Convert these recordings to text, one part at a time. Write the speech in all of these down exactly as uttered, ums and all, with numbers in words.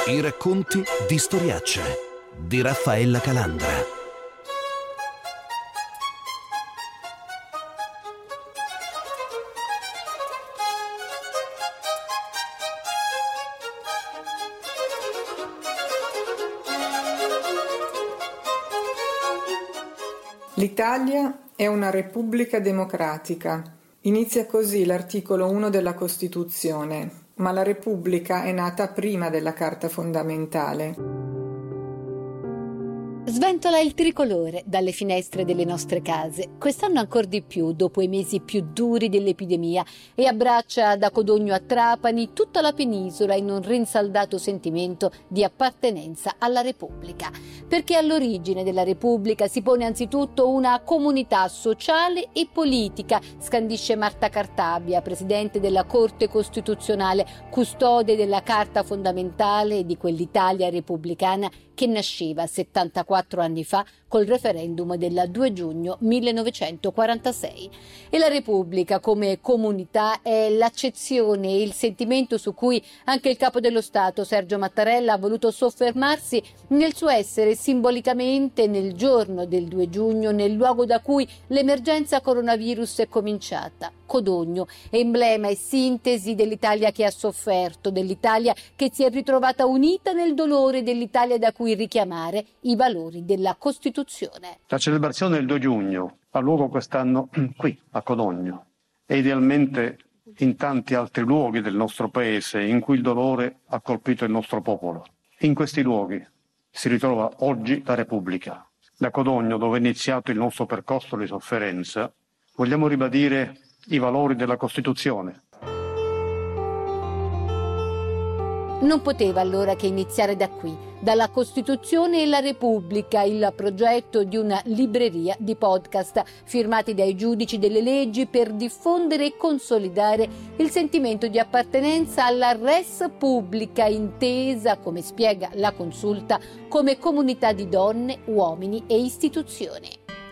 I racconti di Storiacce di Raffaella Calandra. L'Italia è una repubblica democratica. Inizia così l'articolo uno della Costituzione, ma la Repubblica è nata prima della Carta fondamentale. Sventola il tricolore dalle finestre delle nostre case, quest'anno ancor di più dopo i mesi più duri dell'epidemia, e abbraccia da Codogno a Trapani tutta la penisola in un rinsaldato sentimento di appartenenza alla Repubblica. Perché all'origine della Repubblica si pone anzitutto una comunità sociale e politica, scandisce Marta Cartabia, presidente della Corte Costituzionale, custode della Carta fondamentale e di quell'Italia repubblicana che nasceva settantaquattro anni fa col referendum del due giugno millenovecentoquarantasei. E la Repubblica come comunità è l'accezione e il sentimento su cui anche il capo dello Stato Sergio Mattarella ha voluto soffermarsi nel suo essere simbolicamente nel giorno del due giugno, nel luogo da cui l'emergenza coronavirus è cominciata. Codogno, emblema e sintesi dell'Italia che ha sofferto, dell'Italia che si è ritrovata unita nel dolore, dell'Italia da cui richiamare i valori della Costituzione. La celebrazione del due giugno ha luogo quest'anno qui, a Codogno, e idealmente in tanti altri luoghi del nostro paese in cui il dolore ha colpito il nostro popolo. In questi luoghi si ritrova oggi la Repubblica. Da Codogno, dove è iniziato il nostro percorso di sofferenza, vogliamo ribadire i valori della Costituzione. Non poteva allora che iniziare da qui, dalla Costituzione e la Repubblica, il progetto di una libreria di podcast firmati dai giudici delle leggi per diffondere e consolidare il sentimento di appartenenza alla res pubblica, intesa, come spiega la Consulta, come comunità di donne, uomini e istituzioni.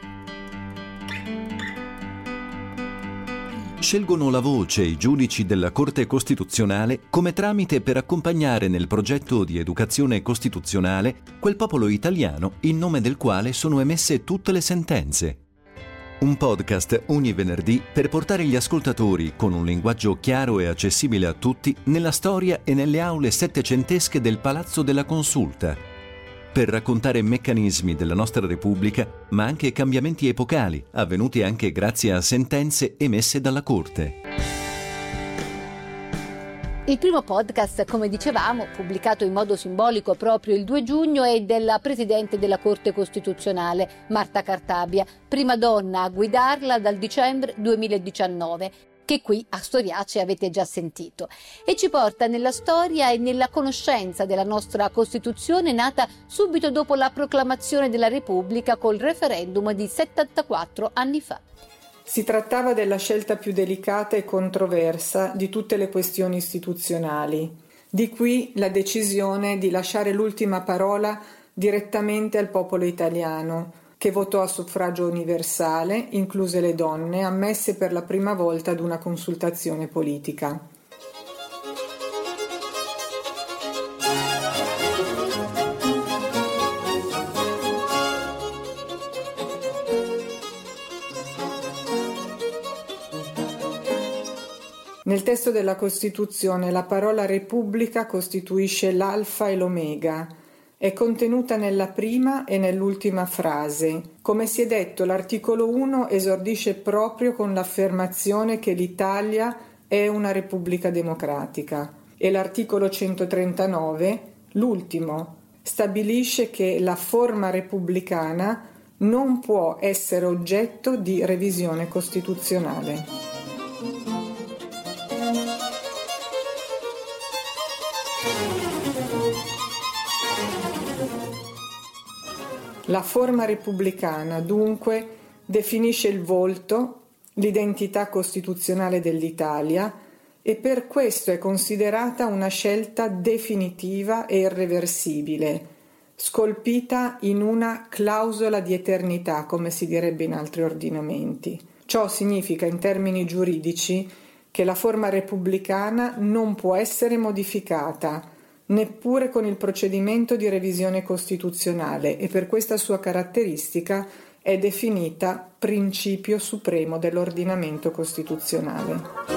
Scelgono la voce i giudici della Corte Costituzionale come tramite per accompagnare nel progetto di educazione costituzionale quel popolo italiano in nome del quale sono emesse tutte le sentenze. Un podcast ogni venerdì per portare gli ascoltatori con un linguaggio chiaro e accessibile a tutti nella storia e nelle aule settecentesche del Palazzo della Consulta, per raccontare meccanismi della nostra Repubblica, ma anche cambiamenti epocali, avvenuti anche grazie a sentenze emesse dalla Corte. Il primo podcast, come dicevamo, pubblicato in modo simbolico proprio il due giugno, è della Presidente della Corte Costituzionale, Marta Cartabia, prima donna a guidarla dal dicembre duemiladiciannove. Che qui a Storiacce avete già sentito, e ci porta nella storia e nella conoscenza della nostra Costituzione nata subito dopo la proclamazione della Repubblica col referendum di settantaquattro anni fa. Si trattava della scelta più delicata e controversa di tutte le questioni istituzionali. Di qui la decisione di lasciare l'ultima parola direttamente al popolo italiano, che votò a suffragio universale, incluse le donne, ammesse per la prima volta ad una consultazione politica. Nel testo della Costituzione la parola Repubblica costituisce l'alfa e l'omega. È contenuta nella prima e nell'ultima frase. Come si è detto, l'articolo uno esordisce proprio con l'affermazione che l'Italia è una repubblica democratica, e l'articolo centotrentanove, l'ultimo, stabilisce che la forma repubblicana non può essere oggetto di revisione costituzionale. La forma repubblicana, dunque, definisce il volto, l'identità costituzionale dell'Italia, e per questo è considerata una scelta definitiva e irreversibile, scolpita in una clausola di eternità, come si direbbe in altri ordinamenti. Ciò significa, in termini giuridici, che la forma repubblicana non può essere modificata, neppure con il procedimento di revisione costituzionale, e per questa sua caratteristica è definita principio supremo dell'ordinamento costituzionale.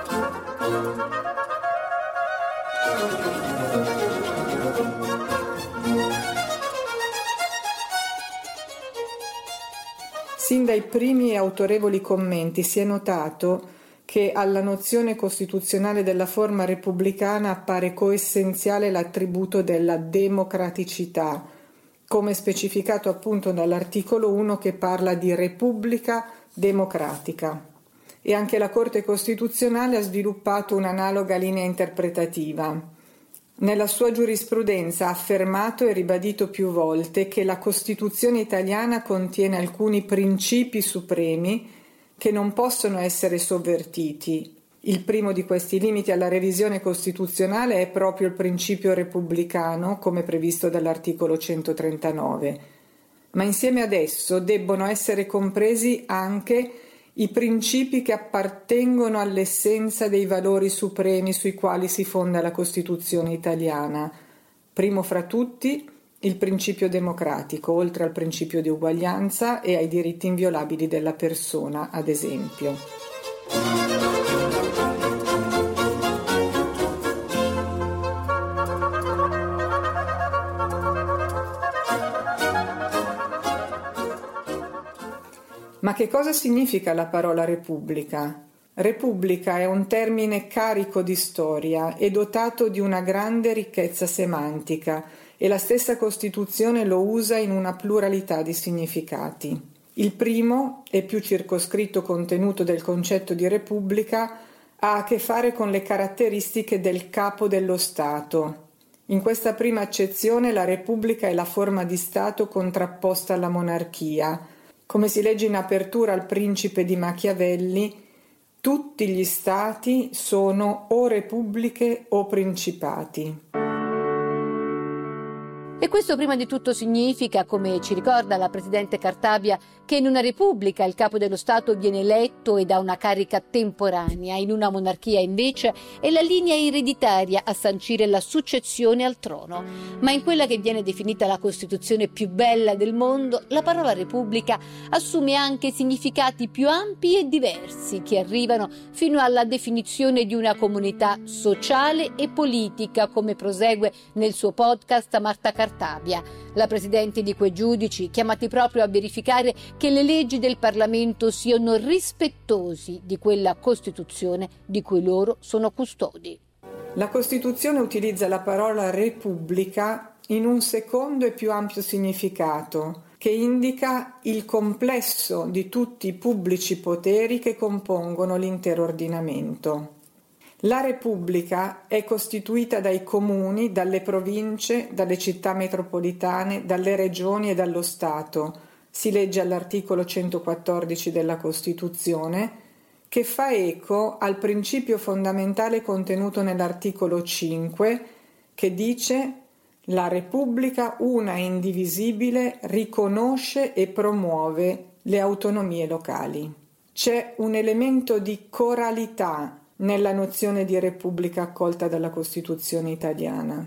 Sin dai primi e autorevoli commenti si è notato che alla nozione costituzionale della forma repubblicana appare coessenziale l'attributo della democraticità, come specificato appunto dall'articolo uno che parla di Repubblica democratica. E anche la Corte Costituzionale ha sviluppato un'analoga linea interpretativa. Nella sua giurisprudenza ha affermato e ribadito più volte che la Costituzione italiana contiene alcuni principi supremi che non possono essere sovvertiti. Il primo di questi limiti alla revisione costituzionale è proprio il principio repubblicano, come previsto dall'articolo centotrentanove. Ma insieme ad esso debbono essere compresi anche i principi che appartengono all'essenza dei valori supremi sui quali si fonda la Costituzione italiana. Primo fra tutti, il principio democratico, oltre al principio di uguaglianza e ai diritti inviolabili della persona, ad esempio. Ma che cosa significa la parola Repubblica? Repubblica è un termine carico di storia e dotato di una grande ricchezza semantica, e la stessa Costituzione lo usa in una pluralità di significati. Il primo e più circoscritto contenuto del concetto di Repubblica ha a che fare con le caratteristiche del capo dello Stato. In questa prima accezione la Repubblica è la forma di Stato contrapposta alla monarchia. Come si legge in apertura al Principe di Machiavelli, tutti gli stati sono o repubbliche o principati. E questo prima di tutto significa, come ci ricorda la Presidente Cartabia, che in una repubblica il capo dello Stato viene eletto ed ha una carica temporanea, in una monarchia invece è la linea ereditaria a sancire la successione al trono. Ma in quella che viene definita la Costituzione più bella del mondo, la parola repubblica assume anche significati più ampi e diversi, che arrivano fino alla definizione di una comunità sociale e politica, come prosegue nel suo podcast Marta Cartabia, la Presidente di quei giudici chiamati proprio a verificare che le leggi del Parlamento siano rispettosi di quella Costituzione di cui loro sono custodi. La Costituzione utilizza la parola Repubblica in un secondo e più ampio significato, che indica il complesso di tutti i pubblici poteri che compongono l'intero ordinamento. La Repubblica è costituita dai comuni, dalle province, dalle città metropolitane, dalle regioni e dallo Stato. Si legge all'articolo centoquattordici della Costituzione, che fa eco al principio fondamentale contenuto nell'articolo cinque, che dice: la Repubblica, una e indivisibile, riconosce e promuove le autonomie locali. C'è un elemento di coralità nella nozione di Repubblica accolta dalla Costituzione italiana.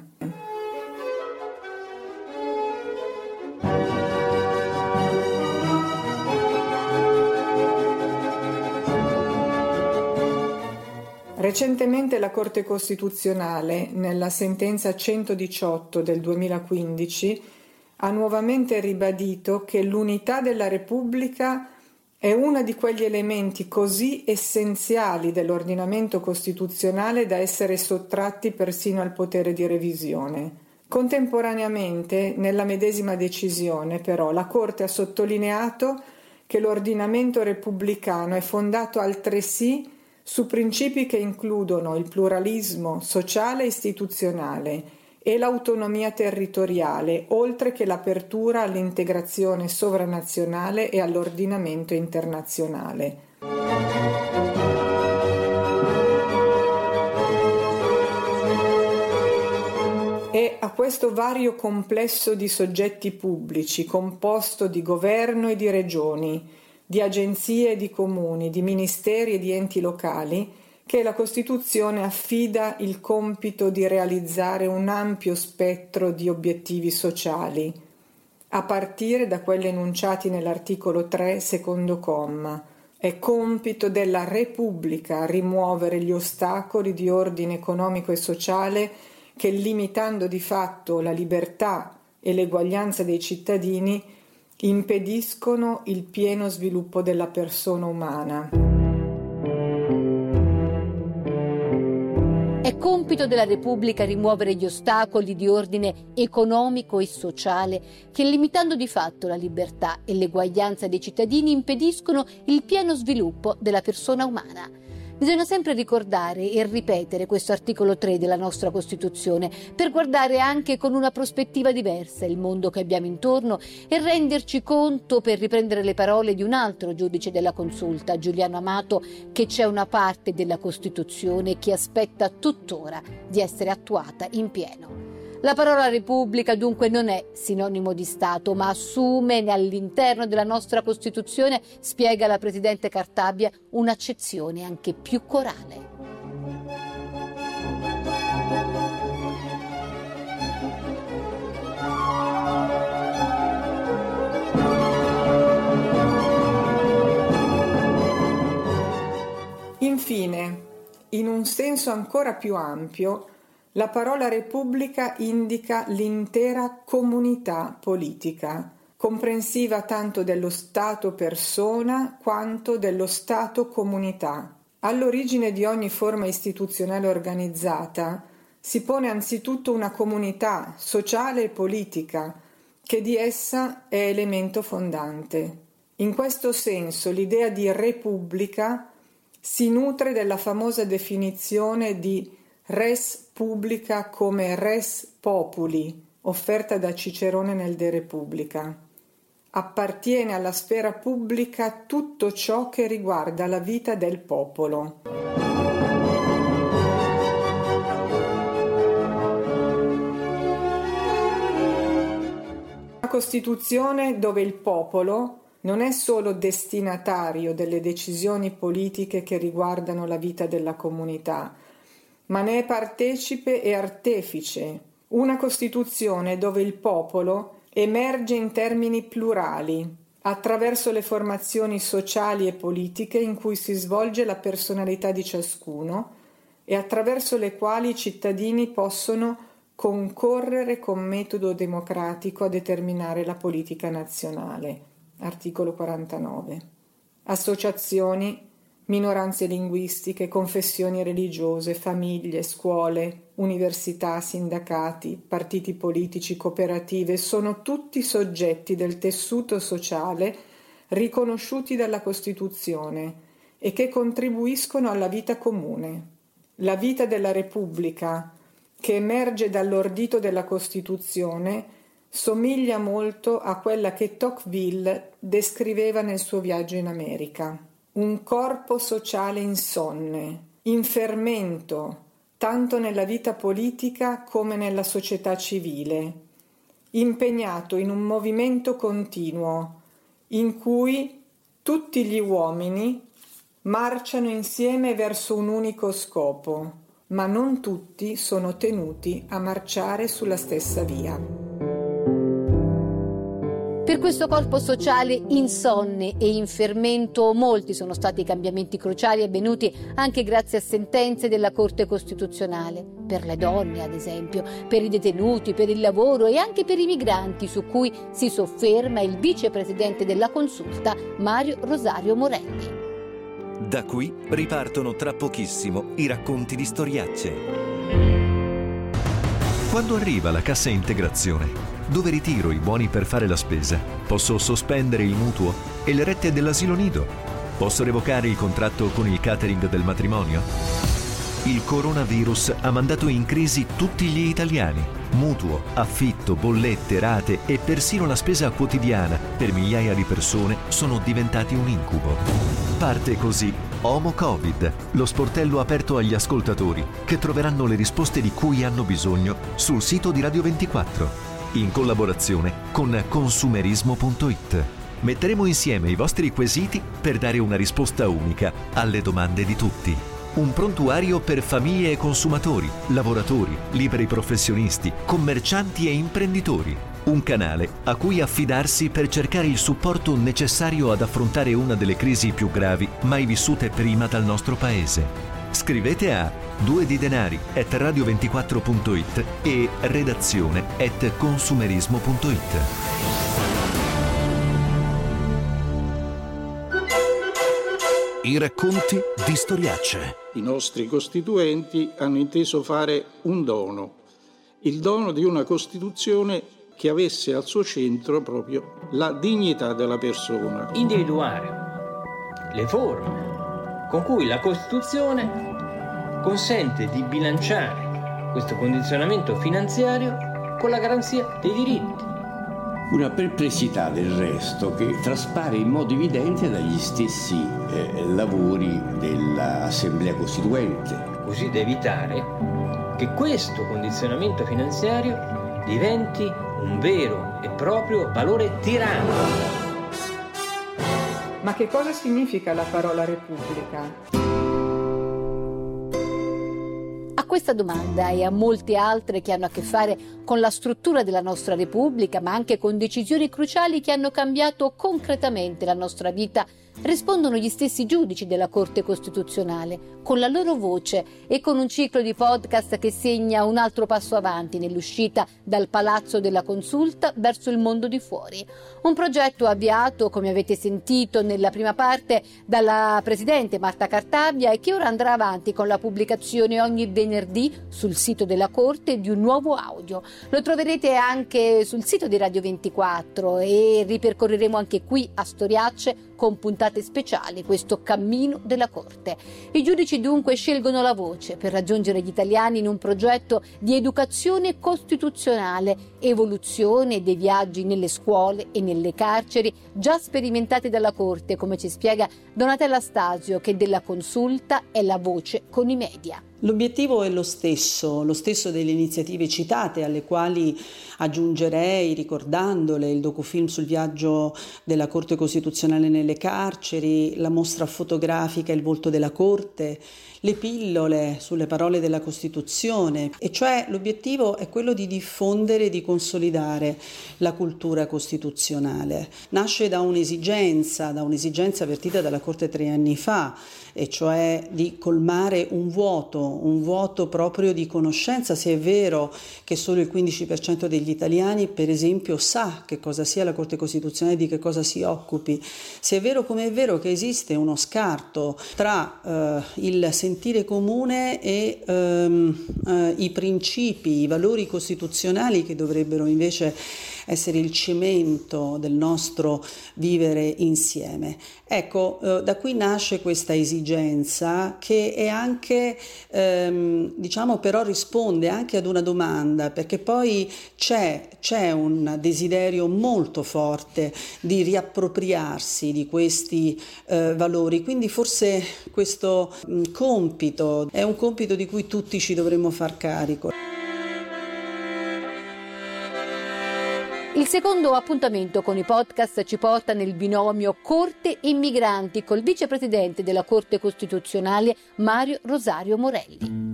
Recentemente la Corte Costituzionale, nella sentenza centodiciotto del duemilaquindici, ha nuovamente ribadito che l'unità della Repubblica è uno di quegli elementi così essenziali dell'ordinamento costituzionale da essere sottratti persino al potere di revisione. Contemporaneamente, nella medesima decisione, però, la Corte ha sottolineato che l'ordinamento repubblicano è fondato altresì su principi che includono il pluralismo sociale e istituzionale e l'autonomia territoriale, oltre che l'apertura all'integrazione sovranazionale e all'ordinamento internazionale. E a questo vario complesso di soggetti pubblici, composto di governo e di regioni, di agenzie e di comuni, di ministeri e di enti locali, che la Costituzione affida il compito di realizzare un ampio spettro di obiettivi sociali, a partire da quelli enunciati nell'articolo tre, secondo comma. È compito della Repubblica rimuovere gli ostacoli di ordine economico e sociale che, limitando di fatto la libertà e l'eguaglianza dei cittadini, impediscono il pieno sviluppo della persona umana. È compito della Repubblica rimuovere gli ostacoli di ordine economico e sociale che, limitando di fatto la libertà e l'eguaglianza dei cittadini, impediscono il pieno sviluppo della persona umana. Bisogna sempre ricordare e ripetere questo articolo tre della nostra Costituzione per guardare anche con una prospettiva diversa il mondo che abbiamo intorno e renderci conto, per riprendere le parole di un altro giudice della Consulta, Giuliano Amato, che c'è una parte della Costituzione che aspetta tuttora di essere attuata in pieno. La parola Repubblica dunque non è sinonimo di Stato, ma assume all'interno della nostra Costituzione, spiega la Presidente Cartabia, un'accezione anche più corale. Infine, in un senso ancora più ampio, la parola Repubblica indica l'intera comunità politica, comprensiva tanto dello Stato persona quanto dello Stato comunità. All'origine di ogni forma istituzionale organizzata si pone anzitutto una comunità sociale e politica, che di essa è elemento fondante. In questo senso l'idea di Repubblica si nutre della famosa definizione di res publica come res populi, offerta da Cicerone nel De Repubblica. Appartiene alla sfera pubblica tutto ciò che riguarda la vita del popolo. Una Costituzione dove il popolo non è solo destinatario delle decisioni politiche che riguardano la vita della comunità, ma ne è partecipe e artefice. Una Costituzione dove il popolo emerge in termini plurali, attraverso le formazioni sociali e politiche in cui si svolge la personalità di ciascuno e attraverso le quali i cittadini possono concorrere con metodo democratico a determinare la politica nazionale. Articolo quarantanove. Associazioni, minoranze linguistiche, confessioni religiose, famiglie, scuole, università, sindacati, partiti politici, cooperative sono tutti soggetti del tessuto sociale riconosciuti dalla Costituzione e che contribuiscono alla vita comune. La vita della Repubblica, che emerge dall'ordito della Costituzione, somiglia molto a quella che Tocqueville descriveva nel suo viaggio in America. Un corpo sociale insonne, in fermento, tanto nella vita politica come nella società civile, impegnato in un movimento continuo, in cui tutti gli uomini marciano insieme verso un unico scopo, ma non tutti sono tenuti a marciare sulla stessa via. Per questo corpo sociale insonne e in fermento molti sono stati i cambiamenti cruciali avvenuti anche grazie a sentenze della Corte Costituzionale, per le donne ad esempio, per i detenuti, per il lavoro e anche per i migranti, su cui si sofferma il vicepresidente della Consulta Mario Rosario Morelli. Da qui ripartono tra pochissimo i racconti di storiacce. Quando arriva la cassa integrazione, dove ritiro i buoni per fare la spesa, posso sospendere il mutuo e le rette dell'asilo nido, posso revocare il contratto con il catering del matrimonio. Il coronavirus ha mandato in crisi tutti gli italiani. Mutuo, affitto, bollette, rate e persino la spesa quotidiana per migliaia di persone sono diventati un incubo. Parte così Homo Covid, lo sportello aperto agli ascoltatori che troveranno le risposte di cui hanno bisogno sul sito di Radio ventiquattro. In collaborazione con consumerismo punto it. Metteremo insieme i vostri quesiti per dare una risposta unica alle domande di tutti. Un prontuario per famiglie e consumatori, lavoratori, liberi professionisti, commercianti e imprenditori. Un canale a cui affidarsi per cercare il supporto necessario ad affrontare una delle crisi più gravi mai vissute prima dal nostro paese. Scrivete a due di denari at radio ventiquattro punto it e redazione at consumerismo punto it. I racconti di Storiacce. I nostri costituenti hanno inteso fare un dono, il dono di una Costituzione che avesse al suo centro proprio la dignità della persona. Individuare le forme con cui la Costituzione consente di bilanciare questo condizionamento finanziario con la garanzia dei diritti. Una perplessità del resto che traspare in modo evidente dagli stessi eh, lavori dell'Assemblea Costituente. Così da evitare che questo condizionamento finanziario diventi un vero e proprio valore tiranno. Ma che cosa significa la parola Repubblica? A questa domanda e a molte altre che hanno a che fare con la struttura della nostra Repubblica, ma anche con decisioni cruciali che hanno cambiato concretamente la nostra vita, rispondono gli stessi giudici della Corte Costituzionale, con la loro voce e con un ciclo di podcast che segna un altro passo avanti nell'uscita dal Palazzo della Consulta verso il mondo di fuori. Un progetto avviato, come avete sentito nella prima parte, dalla Presidente Marta Cartabia e che ora andrà avanti con la pubblicazione ogni venerdì sul sito della Corte di un nuovo audio. Lo troverete anche sul sito di Radio ventiquattro e ripercorreremo anche qui a Storiacce con puntate speciali questo cammino della Corte. I giudici dunque scelgono la voce per raggiungere gli italiani in un progetto di educazione costituzionale, evoluzione dei viaggi nelle scuole e nelle carceri già sperimentati dalla Corte, come ci spiega Donatella Stasio, che della Consulta è la voce con i media. L'obiettivo è lo stesso, lo stesso delle iniziative citate, alle quali aggiungerei, ricordandole, il docufilm sul viaggio della Corte Costituzionale nelle carceri, la mostra fotografica Il volto della Corte, le pillole sulle parole della Costituzione, e cioè l'obiettivo è quello di diffondere e di consolidare la cultura costituzionale. Nasce da un'esigenza, da un'esigenza avvertita dalla Corte tre anni fa, e cioè di colmare un vuoto, un vuoto proprio di conoscenza, se è vero che solo il quindici per cento degli italiani, per esempio, sa che cosa sia la Corte Costituzionale e di che cosa si occupi, se è vero come è vero che esiste uno scarto tra eh, il sentire comune e ehm, eh, i principi, i valori costituzionali che dovrebbero invece essere il cemento del nostro vivere insieme. Ecco, eh, da qui nasce questa esigenza che è anche, ehm, diciamo, però risponde anche ad una domanda, perché poi c'è, c'è un desiderio molto forte di riappropriarsi di questi eh, valori, quindi forse questo mh, compito è un compito di cui tutti ci dovremmo far carico. Il secondo appuntamento con i podcast ci porta nel binomio Corte e Migranti col vicepresidente della Corte Costituzionale Mario Rosario Morelli.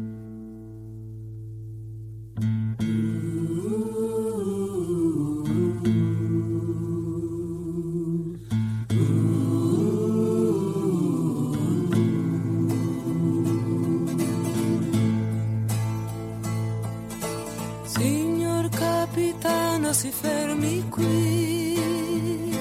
Signor capitano, si fermi qui.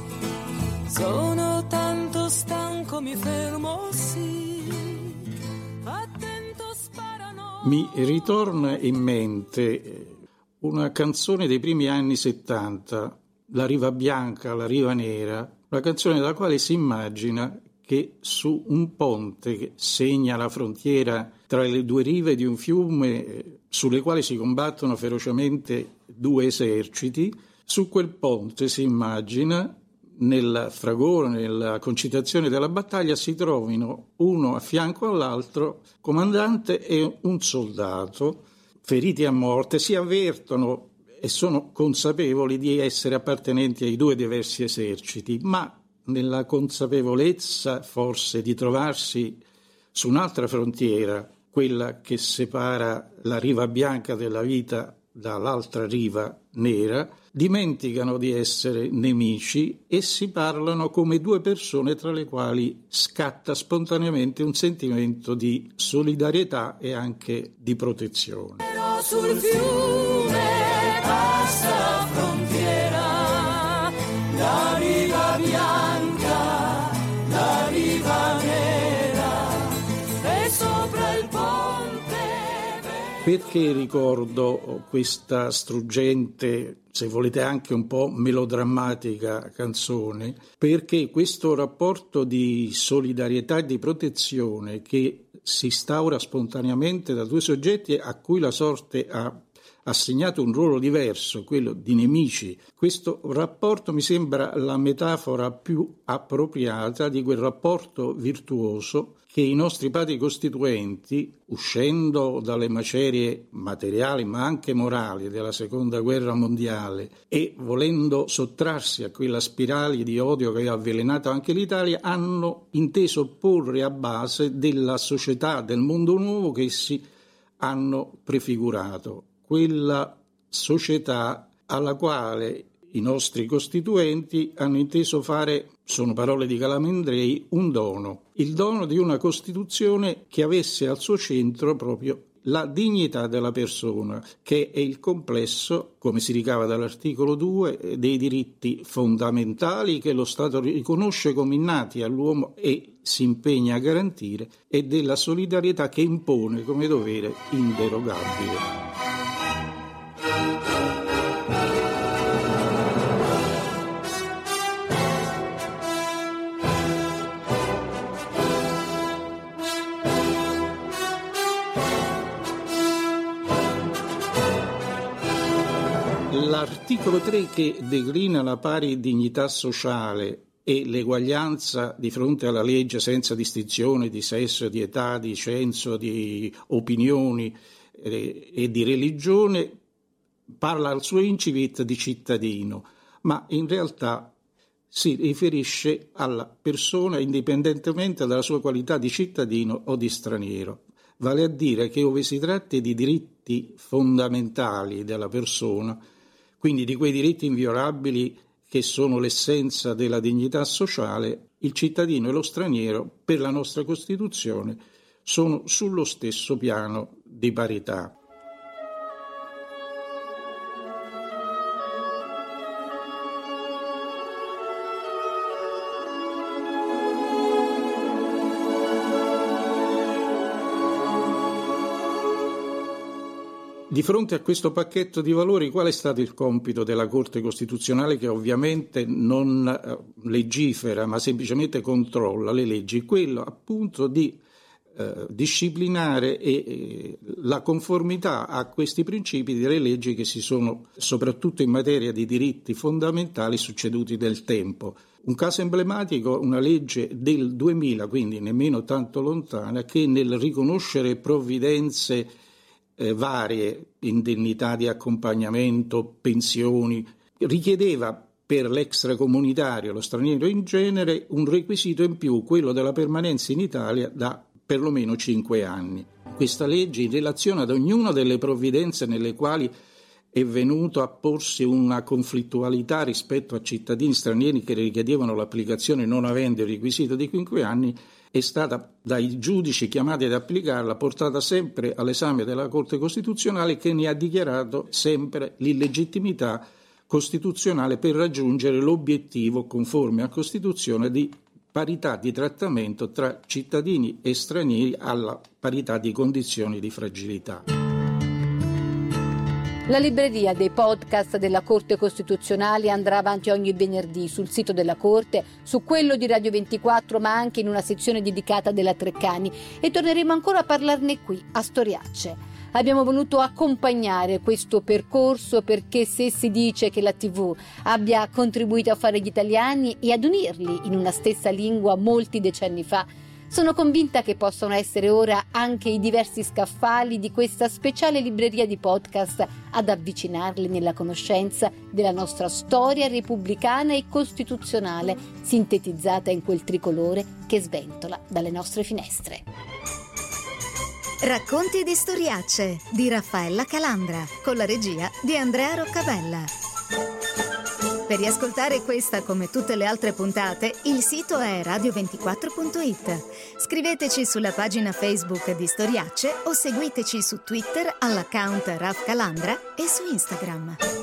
Sono tanto stanco, mi fermo, sì. Attento, sparano. Mi ritorna in mente una canzone dei primi anni settanta, La riva bianca, la riva nera, una canzone dalla quale si immagina che su un ponte che segna la frontiera tra le due rive di un fiume sulle quali si combattono ferocemente due eserciti, su quel ponte si immagina, nel fragore, nella concitazione della battaglia, si trovino uno a fianco all'altro, comandante e un soldato, feriti a morte, si avvertono e sono consapevoli di essere appartenenti ai due diversi eserciti, ma nella consapevolezza forse di trovarsi su un'altra frontiera, quella che separa la riva bianca della vita dall'altra riva nera, dimenticano di essere nemici e si parlano come due persone tra le quali scatta spontaneamente un sentimento di solidarietà e anche di protezione. Però sul fiume passa la frontiera, la riva bianca, la riva nera e sopra il ponte. Perché ricordo questa struggente, se volete anche un po' melodrammatica canzone? Perché questo rapporto di solidarietà e di protezione che si instaura spontaneamente da due soggetti a cui la sorte ha assegnato un ruolo diverso, quello di nemici, questo rapporto mi sembra la metafora più appropriata di quel rapporto virtuoso che i nostri padri costituenti, uscendo dalle macerie materiali ma anche morali della seconda guerra mondiale e volendo sottrarsi a quella spirale di odio che aveva avvelenato anche l'Italia, hanno inteso porre a base della società del mondo nuovo che essi hanno prefigurato, quella società alla quale i nostri costituenti hanno inteso fare, sono parole di Calamandrei, un dono, il dono di una Costituzione che avesse al suo centro proprio la dignità della persona, che è il complesso, come si ricava dall'articolo due, dei diritti fondamentali che lo Stato riconosce come innati all'uomo e si impegna a garantire, e della solidarietà che impone come dovere inderogabile. L'articolo tre, che declina la pari dignità sociale e l'eguaglianza di fronte alla legge senza distinzione di sesso, di età, di censo, di opinioni eh, e di religione, parla al suo incipit di cittadino, ma in realtà si riferisce alla persona indipendentemente dalla sua qualità di cittadino o di straniero. Vale a dire che ove si tratti di diritti fondamentali della persona, quindi di quei diritti inviolabili che sono l'essenza della dignità sociale, il cittadino e lo straniero, per la nostra Costituzione, sono sullo stesso piano di parità. Di fronte a questo pacchetto di valori, qual è stato il compito della Corte Costituzionale, che ovviamente non legifera ma semplicemente controlla le leggi? Quello appunto di eh, disciplinare e, e la conformità a questi principi delle leggi che si sono, soprattutto in materia di diritti fondamentali, succeduti nel tempo. Un caso emblematico, una legge del duemila, quindi nemmeno tanto lontana, che nel riconoscere provvidenze Eh, varie, indennità di accompagnamento, pensioni, richiedeva per l'extracomunitario, lo straniero in genere, un requisito in più, quello della permanenza in Italia da perlomeno cinque anni. Questa legge, in relazione ad ognuna delle provvidenze nelle quali è venuto a porsi una conflittualità rispetto a cittadini stranieri che richiedevano l'applicazione non avendo il requisito di cinque anni, è stata dai giudici chiamati ad applicarla portata sempre all'esame della Corte Costituzionale, che ne ha dichiarato sempre l'illegittimità costituzionale per raggiungere l'obiettivo conforme a Costituzione di parità di trattamento tra cittadini e stranieri alla parità di condizioni di fragilità. La libreria dei podcast della Corte Costituzionale andrà avanti ogni venerdì sul sito della Corte, su quello di Radio ventiquattro, ma anche in una sezione dedicata della Treccani, e torneremo ancora a parlarne qui, a Storiacce. Abbiamo voluto accompagnare questo percorso perché, se si dice che la tivù abbia contribuito a fare gli italiani e ad unirli in una stessa lingua molti decenni fa, Sono convinta che possano essere ora anche i diversi scaffali di questa speciale libreria di podcast ad avvicinarli nella conoscenza della nostra storia repubblicana e costituzionale, sintetizzata in quel tricolore che sventola dalle nostre finestre. Racconti di storiacce di Raffaella Calandra, con la regia di Andrea Roccabella. Per riascoltare questa come tutte le altre puntate, il sito è radio ventiquattro punto it. Scriveteci sulla pagina Facebook di Storiacce o seguiteci su Twitter all'account Raf Calandra e su Instagram.